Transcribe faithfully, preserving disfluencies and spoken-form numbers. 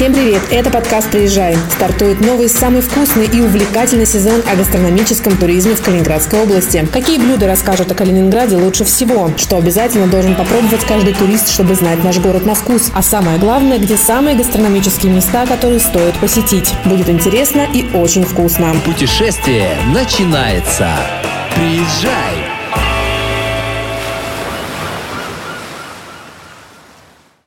Всем привет! Это подкаст «Приезжай». Стартует новый, самый вкусный и увлекательный сезон о гастрономическом туризме в Калининградской области. Какие блюда расскажут о Калининграде лучше всего? Что обязательно должен попробовать каждый турист, чтобы знать наш город на вкус? А самое главное, где самые гастрономические места, которые стоит посетить? Будет интересно и очень вкусно. Путешествие начинается. Приезжай!